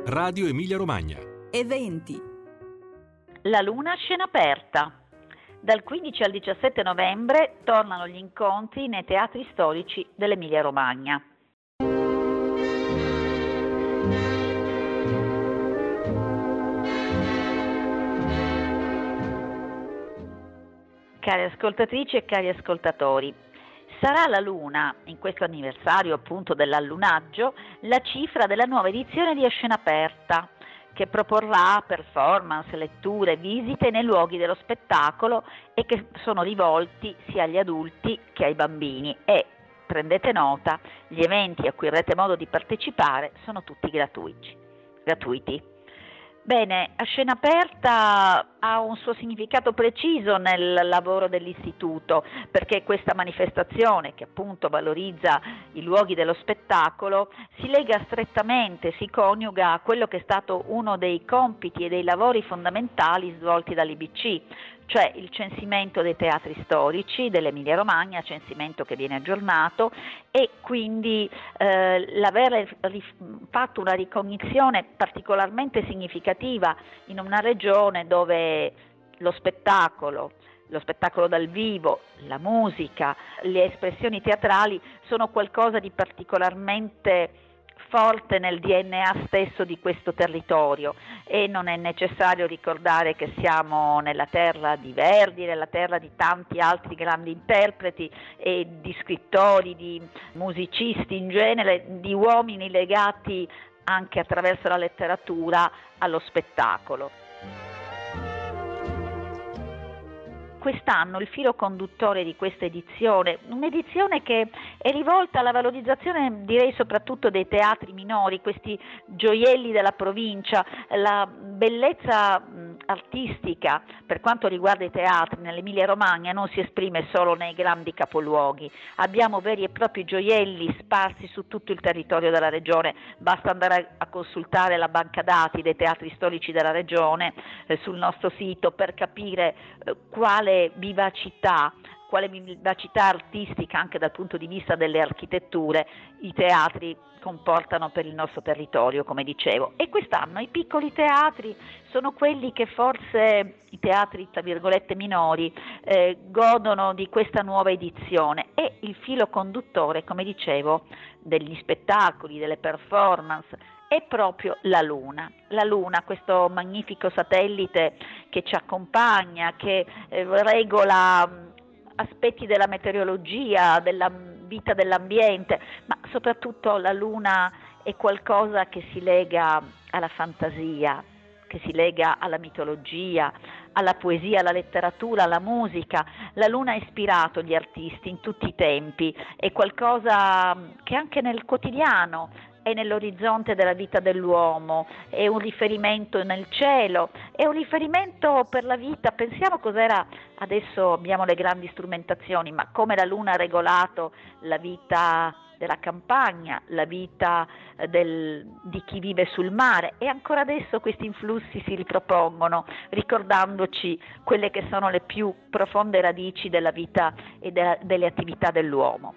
Radio Emilia Romagna. Eventi. La Luna a scena aperta. Dal 15 al 17 novembre tornano gli incontri nei teatri storici dell'Emilia Romagna. Cari ascoltatrici e cari ascoltatori, sarà la Luna, in questo anniversario appunto dell'allunaggio, la cifra della nuova edizione di A Scena Aperta, che proporrà performance, letture, visite nei luoghi dello spettacolo e che sono rivolti sia agli adulti che ai bambini e, prendete nota, gli eventi a cui avrete modo di partecipare sono tutti gratuiti. Bene, A Scena Aperta ha un suo significato preciso nel lavoro dell'istituto, perché questa manifestazione, che appunto valorizza i luoghi dello spettacolo, si lega strettamente, si coniuga a quello che è stato uno dei compiti e dei lavori fondamentali svolti dall'IBC, cioè il censimento dei teatri storici dell'Emilia Romagna, censimento che viene aggiornato, e quindi l'aver fatto una ricognizione particolarmente significativa in una regione dove lo spettacolo dal vivo, la musica, le espressioni teatrali sono qualcosa di particolarmente forte nel DNA stesso di questo territorio, e non è necessario ricordare che siamo nella terra di Verdi, nella terra di tanti altri grandi interpreti e di scrittori, di musicisti in genere, di uomini legati anche attraverso la letteratura allo spettacolo. Quest'anno il filo conduttore di questa edizione, un'edizione che è rivolta alla valorizzazione, direi soprattutto dei teatri minori, questi gioielli della provincia, la bellezza artistica per quanto riguarda i teatri nell'Emilia Romagna non si esprime solo nei grandi capoluoghi, abbiamo veri e propri gioielli sparsi su tutto il territorio della regione, basta andare a consultare la banca dati dei teatri storici della regione sul nostro sito per capire quale vivacità artistica anche dal punto di vista delle architetture i teatri comportano per il nostro territorio, come dicevo. E quest'anno i piccoli teatri sono quelli che forse, i teatri tra virgolette minori, godono di questa nuova edizione, e il filo conduttore, come dicevo, degli spettacoli, delle performance è proprio la Luna, questo magnifico satellite che ci accompagna, che regola aspetti della meteorologia, della vita dell'ambiente, ma soprattutto la Luna è qualcosa che si lega alla fantasia, che si lega alla mitologia, alla poesia, alla letteratura, alla musica. La Luna ha ispirato gli artisti in tutti i tempi, è qualcosa che anche nel quotidiano è nell'orizzonte della vita dell'uomo, è un riferimento nel cielo, è un riferimento per la vita. Pensiamo cos'era, adesso abbiamo le grandi strumentazioni, ma come la Luna ha regolato la vita della campagna, la vita di chi vive sul mare, e ancora adesso questi influssi si ripropongono, ricordandoci quelle che sono le più profonde radici della vita e delle attività dell'uomo.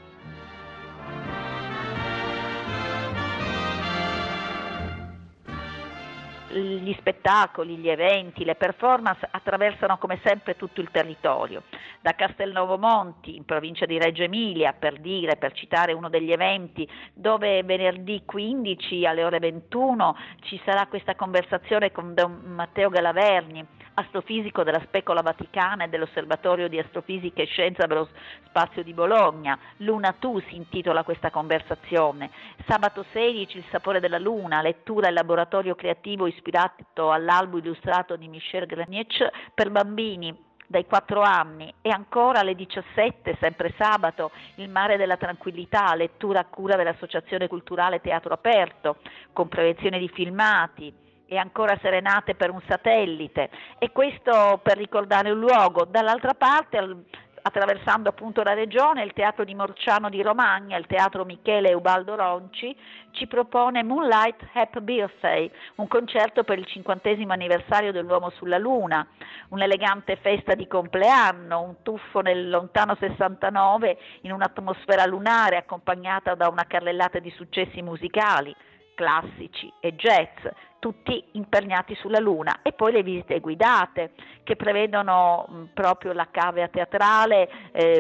Gli spettacoli, gli eventi, le performance attraversano come sempre tutto il territorio, da Castelnuovo Monti in provincia di Reggio Emilia, per citare uno degli eventi, dove venerdì 15 alle ore 21 ci sarà questa conversazione con Don Matteo Galaverni, astrofisico della Specola Vaticana e dell'Osservatorio di Astrofisica e Scienza dello Spazio di Bologna. Luna Tu si intitola questa conversazione. Sabato 16 Il sapore della Luna, lettura e laboratorio creativo ispirato all'albo illustrato di Michel Graniec per bambini dai 4 anni. E ancora alle 17, sempre sabato, Il mare della tranquillità, lettura a cura dell'Associazione Culturale Teatro Aperto, con proiezione di filmati, e ancora serenate per un satellite, e questo per ricordare un luogo. Dall'altra parte, attraversando appunto la regione, il Teatro di Morciano di Romagna, il Teatro Michele Ubaldo Ronci, ci propone Moonlight Happy Birthday, un concerto per il 50° anniversario dell'uomo sulla Luna, un'elegante festa di compleanno, un tuffo nel lontano 69 in un'atmosfera lunare accompagnata da una carrellata di successi musicali, classici e jazz, tutti imperniati sulla Luna, e poi le visite guidate che prevedono proprio la cavea teatrale,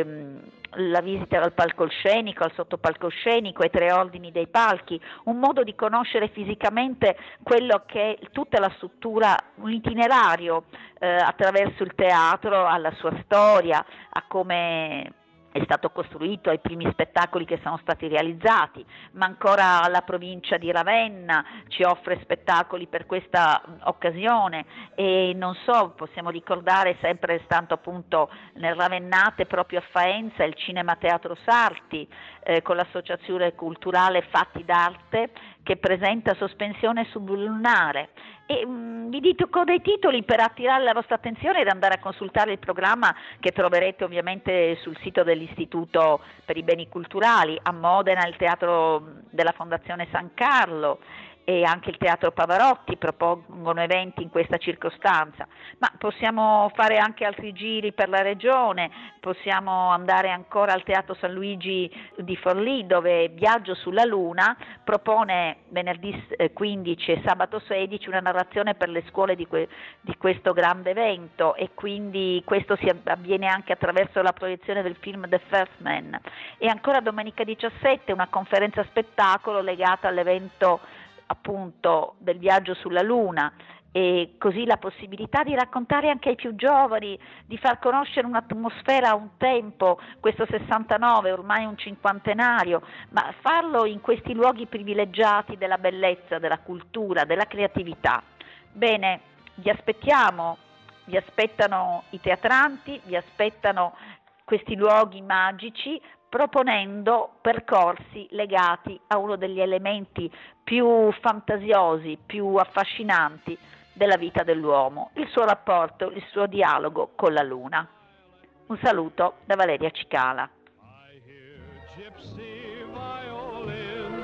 la visita al palcoscenico, al sottopalcoscenico, ai tre ordini dei palchi, un modo di conoscere fisicamente quello che è tutta la struttura, un itinerario attraverso il teatro, alla sua storia, a come è stato costruito, ai primi spettacoli che sono stati realizzati, ma ancora la provincia di Ravenna ci offre spettacoli per questa occasione, e non so, possiamo ricordare, sempre stando appunto nel Ravennate, proprio a Faenza, il Cinema Teatro Sarti, con l'associazione culturale Fatti d'Arte, che presenta Sospensione sublunare. E vi dico dei titoli per attirare la vostra attenzione ed andare a consultare il programma, che troverete ovviamente sul sito dell'Istituto per i Beni Culturali. A Modena il Teatro della Fondazione San Carlo e anche il Teatro Pavarotti propongono eventi in questa circostanza, ma possiamo fare anche altri giri per la regione, possiamo andare ancora al Teatro San Luigi di Forlì, dove Viaggio sulla Luna propone venerdì 15 e sabato 16 una narrazione per le scuole di questo grande evento, e quindi questo si avviene anche attraverso la proiezione del film The First Man. E ancora domenica 17 una conferenza spettacolo legata all'evento appunto del viaggio sulla Luna, e così la possibilità di raccontare anche ai più giovani, di far conoscere un'atmosfera, un tempo, questo 69, ormai un cinquantenario, ma farlo in questi luoghi privilegiati della bellezza, della cultura, della creatività. Bene, vi aspettiamo, vi aspettano i teatranti, vi aspettano questi luoghi magici, proponendo percorsi legati a uno degli elementi più fantasiosi, più affascinanti della vita dell'uomo, il suo rapporto, il suo dialogo con la Luna. Un saluto da Valeria Cicala. I hear gypsy violins